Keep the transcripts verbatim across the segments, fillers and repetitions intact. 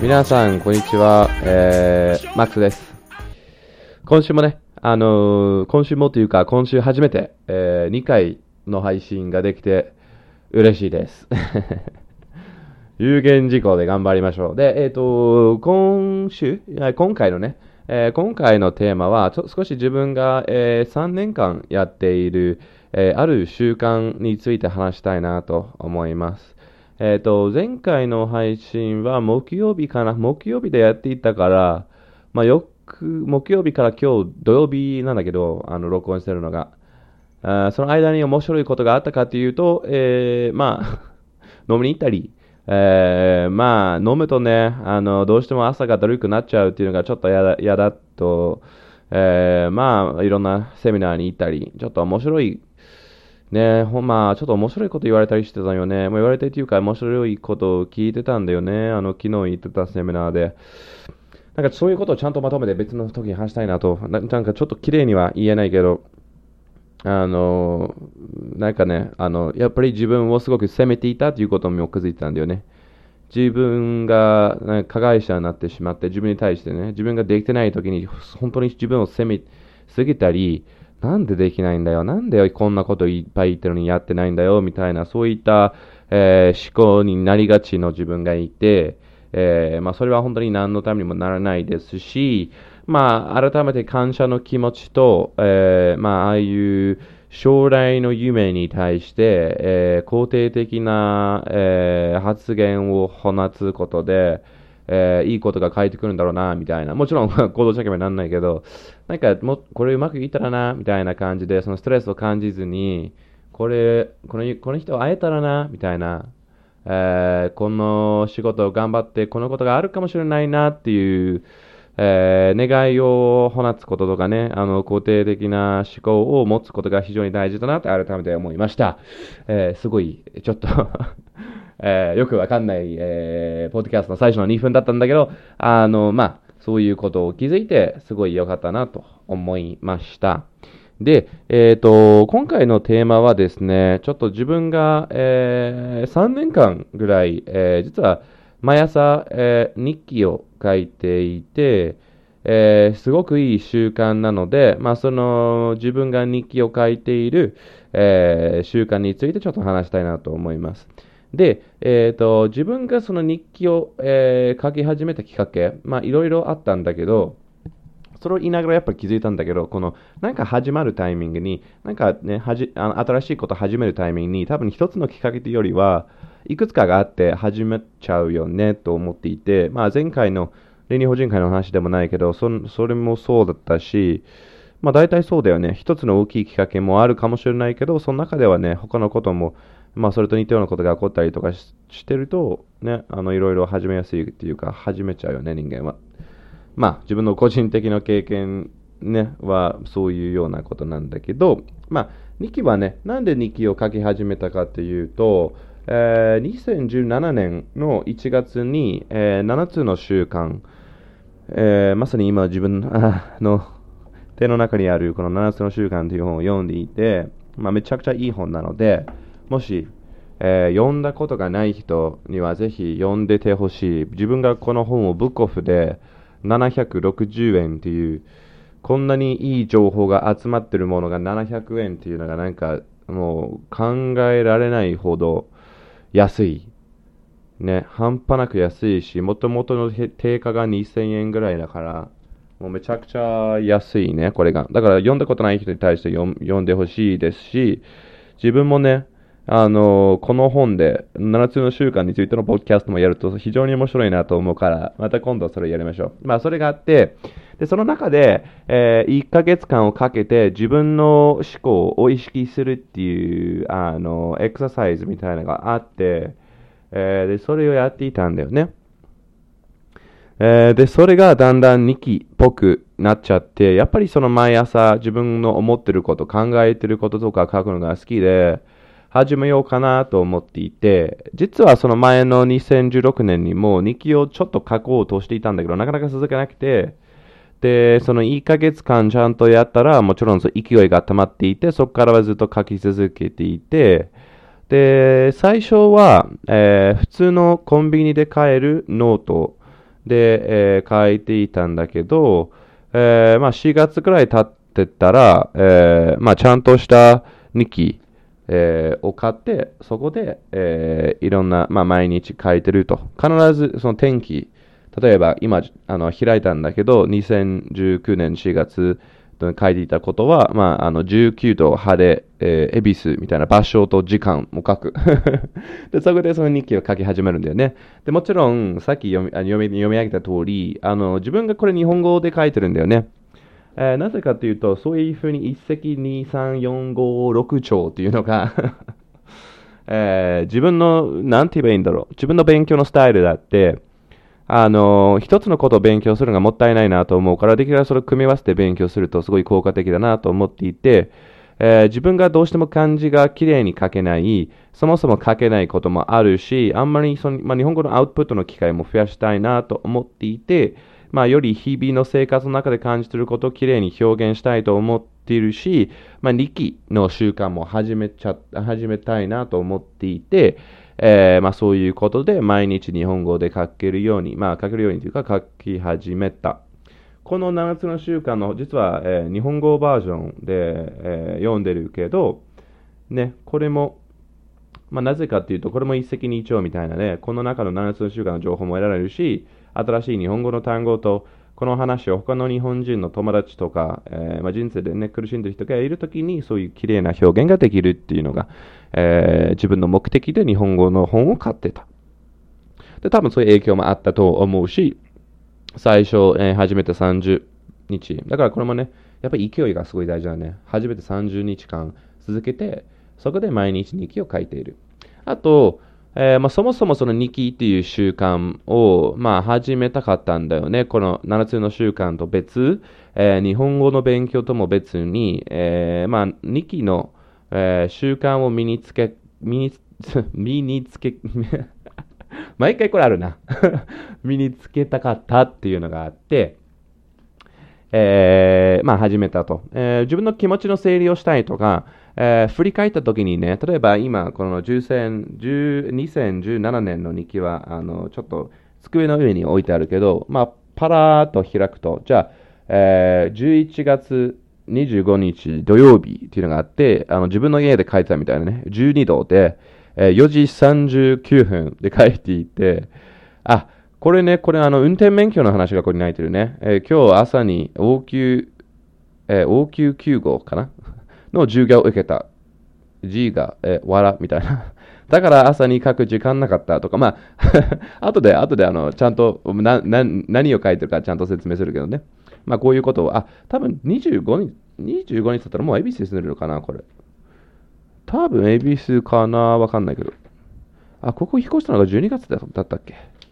皆さん、こんにちは。えー、マックスです。今週もね、あのー、今週もというか、今週初めて、えー、にかいの配信ができて嬉しいです。有言実行で頑張りましょう。で、えっ、ー、と、今週、今回のね、えー、今回のテーマは、ちょ少し自分が、えー、さんねんかんやっている、えー、ある習慣について話したいなと思います。えっ、ー、と、前回の配信は木曜日かな木曜日でやっていたから、まあ、よく、木曜日から今日土曜日なんだけど、あの、録音してるのが。あその間に面白いことがあったかというと、えー、まあ、飲みに行ったり、えー、まあ、飲むとね、あの、どうしても朝がだるくなっちゃうっていうのがちょっとやだ、やだと、えー、まあ、いろんなセミナーに行ったり、ちょっと面白い、ね、ほんまあ、ちょっと面白いこと言われたりしてたよね。もう言われてっていうか、面白いことを聞いてたんだよね。あの、昨日行ってたセミナーで。なんかそういうことをちゃんとまとめて別の時に話したいなと。ななんかちょっと綺麗には言えないけど、あの、なんかね、あの、やっぱり自分をすごく責めていたということも気づいてたんだよね。自分がなんか加害者になってしまって、自分に対してね、自分ができてない時に本当に自分を責めすぎたり、なんでできないんだよ、なんでこんなこといっぱい言ってるのにやってないんだよ、みたいな、そういった、えー思考になりがちの自分がいて、えーまあ、それは本当に何のためにもならないですし、まあ、改めて感謝の気持ちと、えーまあ、ああいう将来の夢に対して、えー肯定的な、えー発言を放つことで、えーいいことが返ってくるんだろうな、みたいな。もちろん行動しなければなんないけど、なんかもう、これうまくいったらな、みたいな感じで、そのストレスを感じずに、これ、このこの人会えたらな、みたいな、えーこの仕事を頑張って、このことがあるかもしれないなっていう、えー願いを放つこととかね、あの、肯定的な思考を持つことが非常に大事だなって改めて思いました。えーすごい、ちょっとえーよくわかんない、えーポッドキャストの最初のにふんだったんだけど、あの、まあ、そういうことを気づいて、すごい良かったなと思いました。で、えっと、今回のテーマはですね、ちょっと自分が、えーさんねんかんぐらい、えー実は毎朝、えー日記を書いていて、えーすごくいい習慣なので、まあ、その自分が日記を書いている、えー習慣についてちょっと話したいなと思います。で、えっと、自分がその日記を、えー書き始めたきっかけ、まあ、いろいろあったんだけど、それを言いながらやっぱり気づいたんだけど、このなんか始まるタイミングに、なんかね、はじあの新しいことを始めるタイミングに、多分一つのきっかけというよりは、いくつかがあって始めちゃうよねと思っていて、まあ、前回の霊法人会の話でもないけど、そそれもそうだったし、まあ大体そうだよね。一つの大きいきっかけもあるかもしれないけど、その中ではね、他のことも、まあそれと似たようなことが起こったりとかししてると、ね、あのいろいろ始めやすいっていうか、始めちゃうよね、人間は。まあ自分の個人的な経験ね、はそういうようなことなんだけど、まあ日記はね、なんで日記を書き始めたかっていうと、えーにせんじゅうななねんのいちがつに、えーななつの習慣、えーまさに今自分あの手の中にあるこのななつの習慣という本を読んでいて、まあ、めちゃくちゃいい本なので、もし、えー読んだことがない人にはぜひ読んでてほしい。自分がこの本をブックオフでななひゃくろくじゅうえんっていう、こんなにいい情報が集まってるものがななひゃくえんっていうのがなんかもう考えられないほど安い。ね、半端なく安いし、もともとの定価がにせんえんぐらいだから、もうめちゃくちゃ安いね、これが。だから読んだことない人に対して読読んでほしいですし、自分もね、あのこの本でななつの習慣についてのポッドキャストもやると非常に面白いなと思うから、また今度それやりましょう。まあそれがあって、で、その中で、えーいっかげつかんをかけて自分の思考を意識するっていう、あの、エクササイズみたいなのがあって、えーで、それをやっていたんだよね。えーで、それがだんだん日記っぽくなっちゃって、やっぱりその毎朝自分の思ってること、考えてることとか書くのが好きで、始めようかなと思っていて、実はその前のにせんじゅうろくねんにも日記をちょっと書こうとしていたんだけど、なかなか続けなくて、で、そのいっかげつかんちゃんとやったら、もちろんその勢いが溜まっていて、そこからはずっと書き続けていて、で、最初は、えー普通のコンビニで買えるノートで、えー書いていたんだけど、えーまあ、しがつくらい経ってたら、えーまあ、ちゃんとした日記、えーを買って、そこで、えーいろんな、まあ、毎日書いてると。必ずその天気、例えば今あの開いたんだけど、にせんじゅうきゅうねんしがつ書いていたことは、まあ、あのじゅうきゅうど晴れ、えー、恵比寿みたいな場所と時間も書く。で、そこでその日記を書き始めるんだよね。で、もちろん、さっき読み読み読み上げた通り、あの自分がこれ日本語で書いてるんだよね。えーなぜかというと、そういうふうに一石二三四五六丁っていうのが、えー自分の、なんて言えばいいんだろう。自分の勉強のスタイルだって、あの、一つのことを勉強するのがもったいないなと思うから、できるだけそれを組み合わせて勉強するとすごい効果的だなと思っていて、えー自分がどうしても漢字がきれいに書けない、そもそも書けないこともあるし、あんまりその、まあ、日本語のアウトプットの機会も増やしたいなと思っていて、まあ、より日々の生活の中で感じていることをきれいに表現したいと思っているし、まあ、日記の習慣も始めちゃ、始めたいなと思っていて、えーまあ、そういうことで毎日日本語で書けるように、まあ、書けるようにというか書き始めた。このななつの習慣の実は、えー日本語バージョンで、えー読んでるけど、ね、これも、まあ、なぜかっていうと、これも一石二鳥みたいなね、この中のななつの習慣の情報も得られるし、新しい日本語の単語と、この話を他の日本人の友達とか、えーまあ、人生でね、苦しんでる人がいるときに、そういう綺麗な表現ができるっていうのが、えー自分の目的で日本語の本を買ってた。で、多分そういう影響もあったと思うし、最初、えー始めてさんじゅうにち。だからこれもね、やっぱり勢いがすごい大事だね。初めてさんじゅうにちかん続けて、そこで毎日日記を書いている。あと、えーまあ、そもそもその日記っていう習慣を、まあ、始めたかったんだよね。このななつの習慣と別、えー日本語の勉強とも別に、えーまあ、日記の、えー習慣を身につけ、身につ身につけ、毎回これあるな。身につけたかったっていうのがあって、えーまあ始めたと、えー自分の気持ちの整理をしたいとか、えー振り返った時にね、例えば今、このじゅうせんじゅうにせんじゅうななねんの日記は、あの、ちょっと机の上に置いてあるけど、まあ、パラーっと開くと、じゃあ、えーじゅういちがつにじゅうごにち土曜日っていうのがあって、あの自分の家で書いてたみたいなね、じゅうにどで、えーよじさんじゅうきゅうふんで書いていて、あ、これね、これあの運転免許の話がここに泣いてるね。えー今日朝に応急、えー応急救護かなの授業を受けた。G が、えー、わらみたいな。だから朝に書く時間なかったとか、まあ、後で、後であの、ちゃんとなな何を書いてるかちゃんと説明するけどね。まあこういうことを、あ、多分にじゅうごにち、にじゅうごにちだったらもう恵比寿に住んでるのかな、これ。多分恵比寿かな、わかんないけど。あ、ここ引っ越したのがじゅうにがつだだったっけ。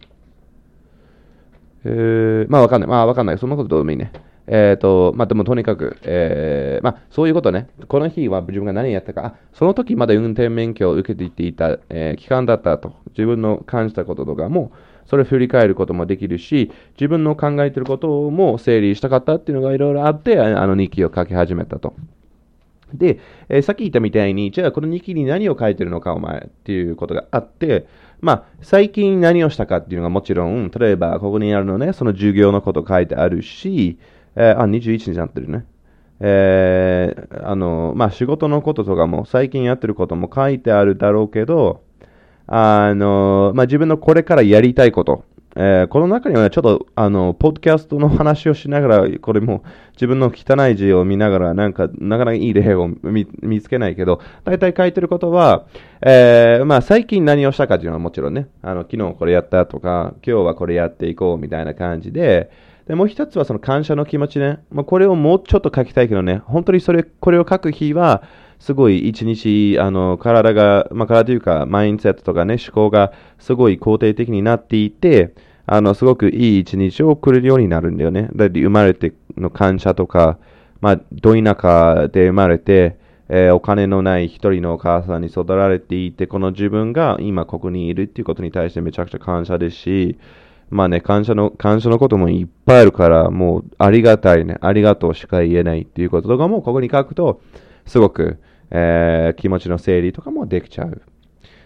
えー、まあわかんない。まあわかんない。そんなことどうでもいいね。えっ、と、まあでもとにかく、えー、まあそういうことね。この日は自分が何やったか、あ、その時まで運転免許を受けていた、えー期間だったと。自分の感じたこととかも、それを振り返ることもできるし、自分の考えていることも整理したかったっていうのがいろいろあって、ああの日記を書き始めたと。で、えーさっき言ったみたいに、じゃあこの日記に何を書いてるのかお前っていうことがあって、まあ、最近何をしたかっていうのがもちろん、例えばここにあるのね、その授業のこと書いてあるし、えーあ、にじゅういちにちになってるね。えーあの、まあ仕事のこととかも、最近やってることも書いてあるだろうけど、あの、まあ自分のこれからやりたいこと、えーこの中にはね、ちょっと、あの、ポッドキャストの話をしながら、これも自分の汚い字を見ながら、なんか、なかなかいい例を見見つけないけど、大体書いてることは、えーまあ、最近何をしたかっていうのはもちろんね、あの、昨日これやったとか、今日はこれやっていこうみたいな感じで、で、もう一つはその感謝の気持ちね。まあ、これをもうちょっと書きたいけどね、本当にそれ、これを書く日は、すごい一日、あの、体が、まあ、体というか、マインドセットとかね、思考がすごい肯定的になっていて、あの、すごくいい一日を送れるようになるんだよね。だって生まれての感謝とか、まあ、ど田舎で生まれて、えーお金のない一人のお母さんに育られていて、この自分が今ここにいるっていうことに対してめちゃくちゃ感謝ですし、まあね、感謝の、感謝のこともいっぱいあるから、もうありがたいね、ありがとうしか言えないっていうこととかも、ここに書くと、すごく、えー気持ちの整理とかもできちゃう。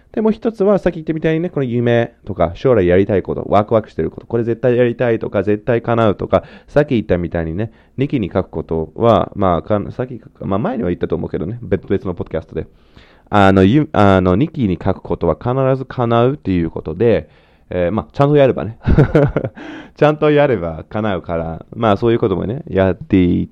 でも一つは、さっき言ったみたいにね、この夢とか、将来やりたいこと、ワクワクしてること、これ絶対やりたいとか、絶対叶うとか、さっき言ったみたいにね、日記に書くことは、まあ、かさっき、まあ、前には言ったと思うけどね、別々のポッドキャストで。あの、ゆあの日記に書くことは必ず叶うっていうことで、えーまあ、ちゃんとやればね。ちゃんとやれば叶うから、まあ、そういうこともね、やっていって、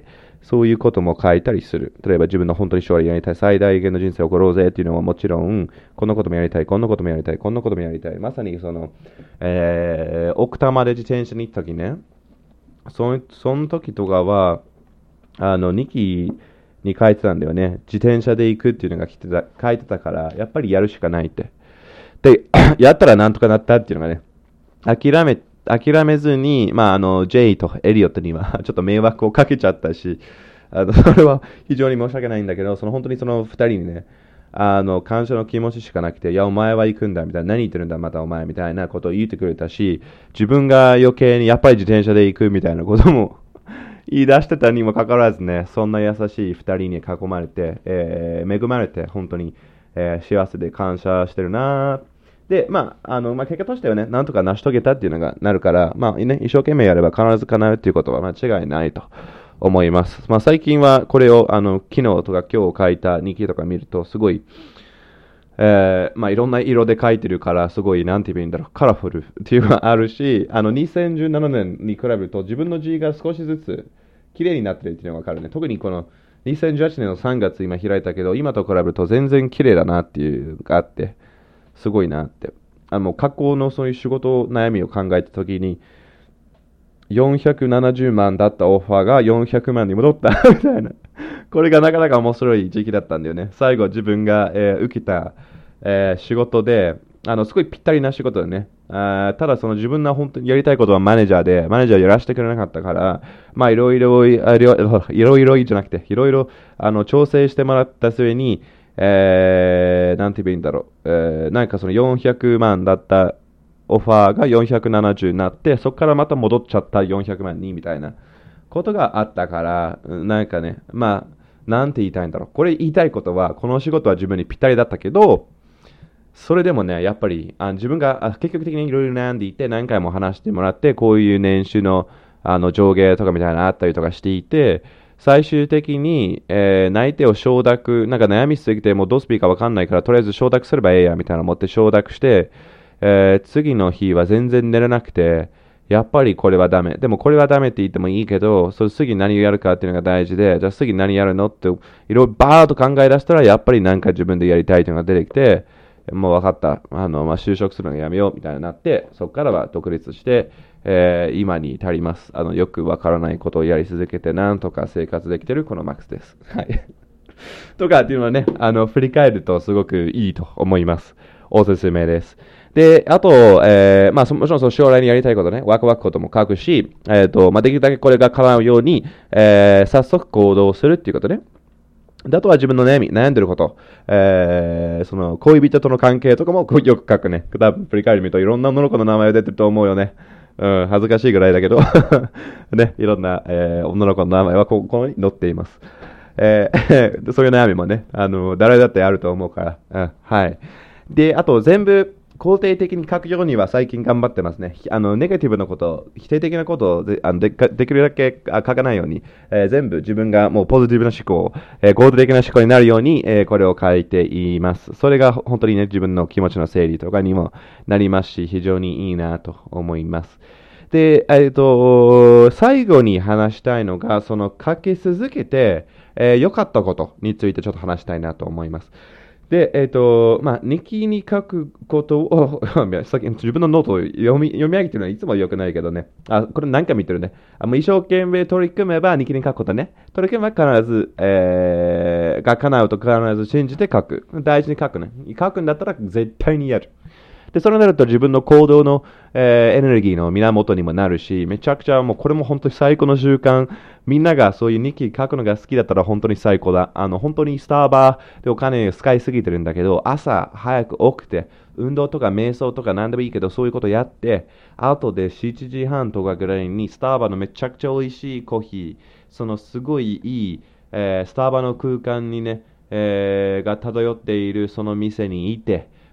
そういうことも書いたりする。例えば自分の本当に将来やりたい最大限の人生を送ろうぜっていうのはもちろん、こんなこともやりたい、こんなこともやりたい、こんなこともやりたい。まさにその、えー、奥多摩で自転車に行った時ね、そのその時とかは、あの、日記に書いてたんだよね。自転車で行くっていうのが来てた書いてたから、やっぱりやるしかないって。で、やったらなんとかなったっていうのがね、諦め、諦めずに、まあ、あの、ジェイとエリオットにはちょっと迷惑をかけちゃったし、あの、それは非常に申し訳ないんだけど、その本当にその二人にね、あの、感謝の気持ちしかなくて、いや、お前は行くんだ、みたいな、何言ってるんだ、またお前、みたいなことを言ってくれたし、自分が余計にやっぱり自転車で行くみたいなことも言い出してたにもかかわらずね、そんな優しい二人に囲まれて、えー恵まれて、本当に、えー幸せで感謝してるなーで、まあ、あの、まあ、結果としてはね、なんとか成し遂げたっていうのがなるから、まあ、ね、一生懸命やれば必ず叶うっていうことは間違いないと思います。まあ、最近はこれを、あの、昨日とか今日書いた日記とか見ると、すごい、えー、まあ、いろんな色で書いてるから、すごい、なんて言うんだろう、カラフルっていうのがあるし、あの、にせんじゅうななねんに比べると、自分の字が少しずつ綺麗になってるっていうのがわかるね。特にこの、にせんじゅうはちねんのさんがつ今開いたけど、今と比べると全然綺麗だなっていうのがあって、すごいなって。あの、過去のそういう仕事悩みを考えたときに、よんひゃくななじゅうまんだったオファーがよんひゃくまんに戻ったみたいな。これがなかなか面白い時期だったんだよね。最後自分が、えー受けた、えー仕事で、あの、すごいぴったりな仕事だね。あーただその自分の本当にやりたいことはマネージャーで、マネージャーやらせてくれなかったから、まあいろいろ、いろいろいろいろじゃなくて、いろいろ、あの、調整してもらった末に、えー、なんて言えばいいんだろう。えー、なんかそのよんひゃくまんだったオファーがよんひゃくななじゅうになって、そこからまた戻っちゃったよんひゃくまんにみたいなことがあったから、うんなんかね、まあ、なんて言いたいんだろう。これ言いたいことは、この仕事は自分にぴったりだったけど、それでもね、やっぱりあ自分があ結局的にいろいろ悩んでいて、何回も話してもらって、こういう年収のあの上下とかみたいなのあったりとかしていて、最終的に、えー、内定を承諾、なんか悩みすぎて、もうどうすべきかわかんないから、とりあえず承諾すればええや、みたいなの思って承諾して、えー次の日は全然寝れなくて、やっぱりこれはダメ。でもこれはダメって言ってもいいけど、それ次何をやるかっていうのが大事で、じゃあ次何やるのって、いろいろバーっと考え出したら、やっぱりなんか自分でやりたいというのが出てきて、もう分かった。あの、まあ、就職するのやめようみたいになって、そこからは独立して、えー今に至ります。あの、よく分からないことをやり続けて、なんとか生活できてるこのマックスです。はい。とかっていうのはね、あの、振り返るとすごくいいと思います。おすすめです。で、あと、えーまあ、そもちろんその将来にやりたいことね、ワクワクことも書くし、えっ、と、まあ、できるだけこれが叶うように、えー早速行動するっていうことね。であとは自分の悩み、悩んでること、えー、その恋人との関係とかもよく書くね。多分振り返り見るといろんな女の子の名前が出てると思うよね。うん、恥ずかしいぐらいだけど、ね、いろんな、えー女の子の名前はここに載っています。えーそういう悩みもね、あの、誰だってあると思うから、うん、はい。で、あと全部、肯定的に書くようには最近頑張ってますね。あの、ネガティブなこと、否定的なことをであのでできるだけあ書かないように、えー全部自分がもうポジティブな思考、えー、合理的な思考になるように、えーこれを書いています。それが本当にね、自分の気持ちの整理とかにもなりますし、非常にいいなと思います。で、えっと、最後に話したいのが、その書き続けて、えー良かったことについてちょっと話したいなと思います。で、えっ、と、まあ、日記に書くことを、さっき自分のノートを読み読み上げてるのはいつも良くないけどね。あ、これ何回も言ってるね。あもう一生懸命取り組めば日記に書くことね。取り組めば必ず、えー、が叶うと必ず信じて書く。大事に書くね。書くんだったら絶対にやる。で、それになると自分の行動の、えーエネルギーの源にもなるし、めちゃくちゃもうこれも本当に最高の習慣。みんながそういう日記書くのが好きだったら本当に最高だ。あの、本当にスターバーでお金を使いすぎてるんだけど、朝早く起きて、運動とか瞑想とか何でもいいけど、そういうことやって、後でしちじはんとかぐらいにスターバーのめちゃくちゃ美味しいコーヒー、そのすごいいい、えースターバーの空間にね、えーが漂っているその店にいて、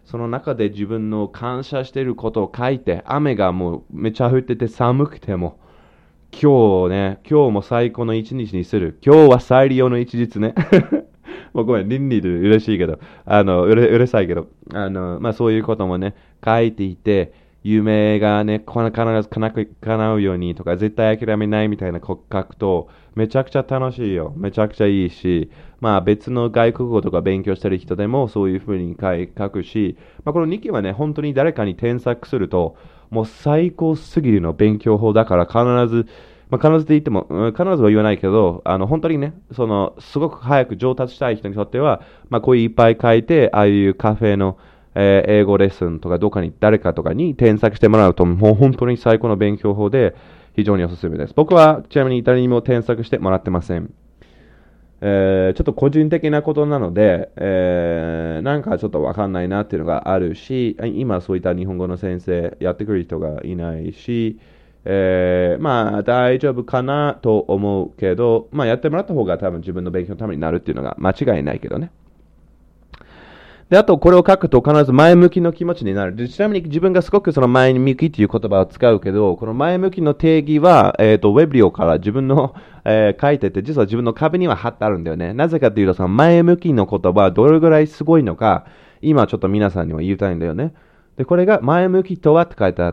その中で自分の感謝していることを書いて、雨がもうめちゃ降ってて寒くても、今日ね、今日も最高の一日にする。今日は最良の一日ね。もうごめん、倫理で嬉しいけど、あの、うれ、うれしいけど、あの、まあそういうこともね、書いていて、夢がね、この必ず叶う叶うようにとか、絶対諦めないみたいな書くと、めちゃくちゃ楽しいよ。めちゃくちゃいいし、まあ別の外国語とか勉強してる人でもそういうふうに書い書くし、まあこの日記はね、本当に誰かに添削すると、もう最高すぎるの勉強法だから必ず、まあ、必ずって言っても、うん必ずは言わないけど、あの、本当にね、その、すごく早く上達したい人にとっては、まあ、こういういっぱい書いて、ああいうカフェの、えー英語レッスンとか、どっかに、誰かとかに添削してもらうと、もう本当に最高の勉強法で、非常におすすめです。僕は、ちなみに誰にも添削してもらってません。えーちょっと個人的なことなので、えーなんかちょっとわかんないなっていうのがあるし、今そういった日本語の先生やってくる人がいないし、えーまあ大丈夫かなと思うけど、まあやってもらった方が多分自分の勉強のためになるっていうのが間違いないけどね。で、あと、これを書くと必ず前向きの気持ちになる。で、ちなみに自分がすごくその前向きという言葉を使うけど、この前向きの定義は、えっ、と、ウェブリオから自分の、えー書いてて、実は自分の壁には貼ってあるんだよね。なぜかというと、その前向きの言葉はどれぐらいすごいのか、今ちょっと皆さんには言いたいんだよね。で、これが前向きとはって書いてあって、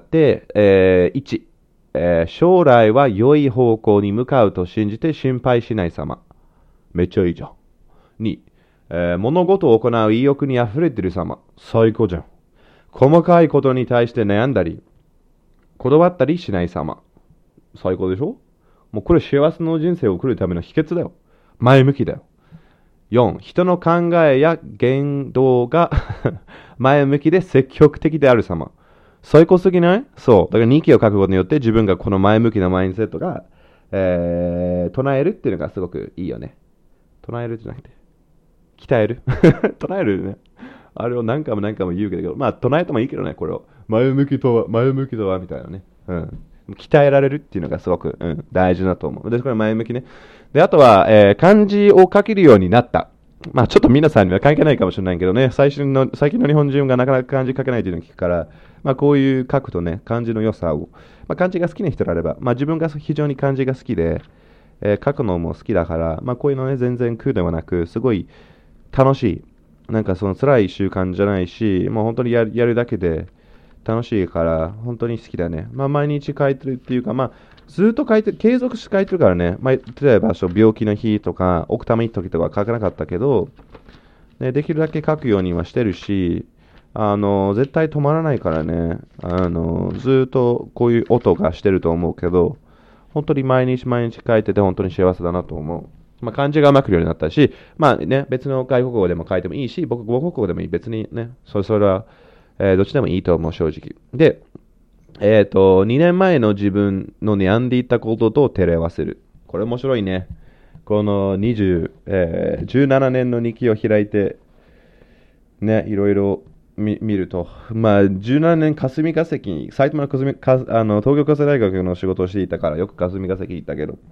えー、いち、えー将来は良い方向に向かうと信じて心配しない様。めっちゃいいじゃん。に、えー物事を行う意欲に溢れている様。最高じゃん。細かいことに対して悩んだり、こだわったりしない様。最高でしょ。もうこれ幸せの人生を送るための秘訣だよ。前向きだよ。よん、人の考えや言動が前向きで積極的である様。最高すぎない？そう。だから日記を書くことによって自分がこの前向きなマインドセットが、えー、唱えるっていうのがすごくいいよね。唱えるじゃなくて。鍛える唱えるね。あれを何回も何回も言うけど、まあ唱えてもいいけどね、これを。前向きとは、前向きとは、みたいなね。うん。鍛えられるっていうのがすごく、うん、大事だと思う。で、これ前向きね。で、あとは、えー漢字を書けるようになった。まあちょっと皆さんには関係ないかもしれないけどね、最新の、最近の日本人がなかなか漢字書けないというのを聞くから、まあこういう書くとね、漢字の良さを、まあ漢字が好きな人であれば、まあ自分が非常に漢字が好きで、えー書くのも好きだから、まあこういうのね、全然苦ではなく、すごい、楽しい。なんかその辛い習慣じゃないし、もう本当にやるやるだけで楽しいから、本当に好きだね。まあ毎日書いてるっていうか、まあずっと書いてる、継続して書いてるからね。まあ、例えば病気の日とか、奥多摩行った時とか書かなかったけど、ね、できるだけ書くようにはしてるし、あの、絶対止まらないからね。あの、ずっとこういう音がしてると思うけど、本当に毎日毎日書いてて本当に幸せだなと思う。まあ、漢字がうまくようになったし、まあね、別の外国語でも書いてもいいし、僕、母国語でもいい。別にね、それそれは、えーどっちでもいいと思う、正直。で、えっ、と、にねんまえの自分の悩んでいたことと照れ合わせる。これ面白いね。このにじゅう、えーじゅうななねんの日記を開いて、ね、いろいろ見見ると、まあ、じゅうななねん霞が関、埼玉の霞かあの東京国際大学の仕事をしていたから、よく霞が関行ったけど、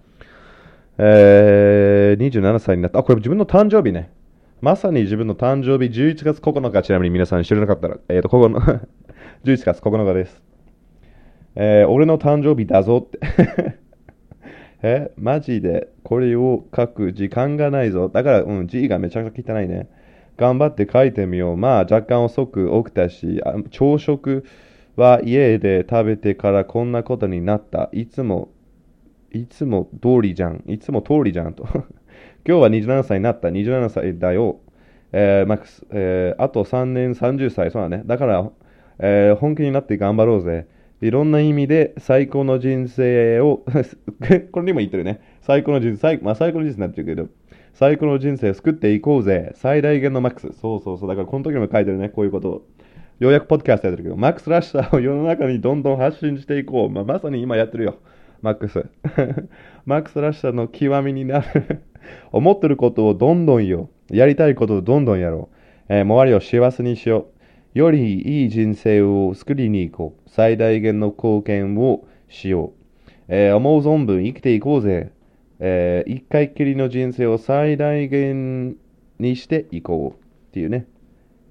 えー、にじゅうななさいになった。あ、これ自分の誕生日ね。まさに自分の誕生日、じゅういちがつここのか、ちなみに皆さん知らなかったら、えっ、と、ここのじゅういちがつここのかです。えー、俺の誕生日だぞってえ、マジでこれを書く時間がないぞ。だから、うん、字がめちゃくちゃ汚いね。頑張って書いてみよう。まあ、若干遅く起きたし、あ朝食は家で食べてからこんなことになった。いつも、いつも通りじゃん。いつも通りじゃんと。今日はにじゅうななさいになった。にじゅうななさいだよ。えーマックス、えーあとさんねんさんじゅっさい。そうだね。だから、えー本気になって頑張ろうぜ。いろんな意味で最高の人生をこれにも言ってるね。最高の人生、最,、まあ、最高の人生になってるけど、最高の人生を作っていこうぜ。最大限のマックス。そうそうそう。だからこの時にも書いてるね。こういうことを。ようやくポッドキャストやってるけど、マックスらしさを世の中にどんどん発信していこう。まあ、まさに今やってるよ。マックス。マックスらしさの極みになる。思ってることをどんどん言おう。やりたいことをどんどんやろう。えー周りを幸せにしよう。よりいい人生を作りに行こう。最大限の貢献をしよう。えー思う存分生きていこうぜ。えー一回きりの人生を最大限にしていこう。っていうね。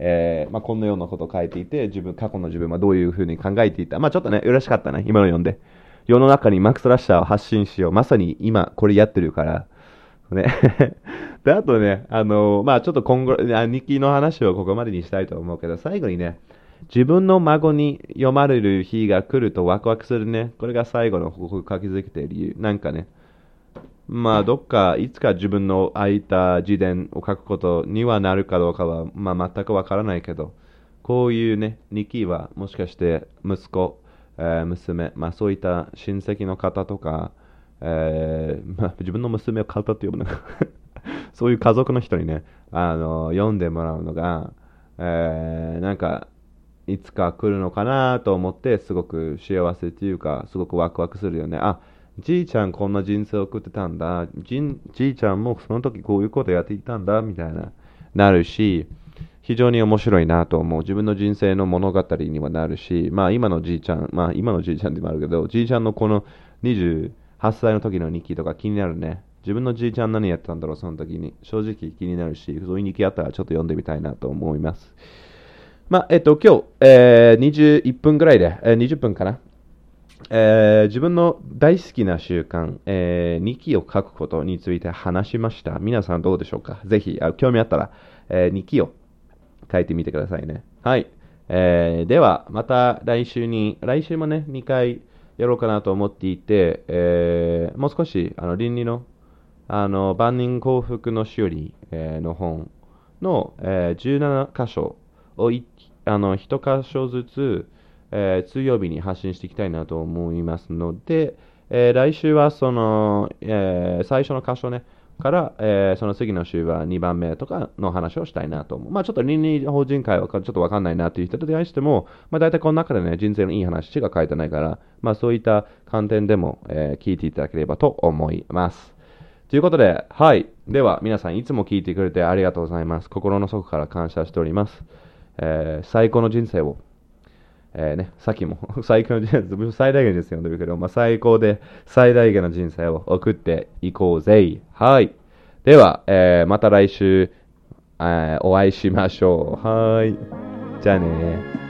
えーまあ、こんなようなことを書いていて、自分、過去の自分はどういうふうに考えていた。まあ、ちょっとね、嬉しかったね、今の読んで。世の中にマックス・ラッシャーを発信しよう。まさに今、これやってるから。ね。で、あとね、あのーまあ、ちょっと今後、あ日記の話をここまでにしたいと思うけど、最後にね、自分の孫に読まれる日が来るとワクワクするね。これが最後のここ書き続けている理由。なんかね、まあ、どっか、いつか自分の空いた自伝を書くことにはなるかどうかは、まあ、全くわからないけど、こういうね、日記は、もしかして息子、えー娘、まあ、そういった親戚の方とか、えーまあ、自分の娘を方って呼ぶのかそういう家族の人にね、あの読んでもらうのが、えーなんか、いつか来るのかなと思って、すごく幸せっていうか、すごくワクワクするよね。あ、じいちゃんこんな人生を送ってたんだ。じんじいちゃんもその時こういうことやっていたんだ、みたいな、なるし、非常に面白いなと思う。自分の人生の物語にはなるし、まあ今のじいちゃん、まあ今のじいちゃんでもあるけど、じいちゃんのこのにじゅうはっさいの時の日記とか気になるね。自分のじいちゃん何やってたんだろう、その時に。正直気になるし、そういう日記あったらちょっと読んでみたいなと思います。まあ、えっと、今日、えー、にじゅういっぷんぐらいで、えー、にじゅっぷんかな。えー自分の大好きな習慣、えー日記を書くことについて話しました。皆さんどうでしょうか？ぜひ、あ興味あったら、えー日記を書いてみてくださいね。はい。えーでは、また来週に、来週もね、にかいやろうかなと思っていて、えーもう少し、あの、倫理の、あの、万人幸福のしおり、えーの本の、えーじゅうなな箇所をいあのいち箇所ずつ、えー水曜日に発信していきたいなと思いますので、えー来週はその、えー最初の箇所ね、から、えーその次の週はにばんめとかの話をしたいなと思う。まあちょっと倫理法人会はちょっとわかんないなという人に対しても、まあ大体この中でね、人生のいい話しか書いてないから、まあそういった観点でも、えー聞いていただければと思います。ということで、はい。では、皆さんいつも聞いてくれてありがとうございます。心の底から感謝しております。えー最高の人生を、えーね、さっきも最高の人生、最大限ですよね、けど、まあ、最高で最大限の人生を送っていこうぜ。はい。では、えーまた来週、えーお会いしましょう。はい。じゃあね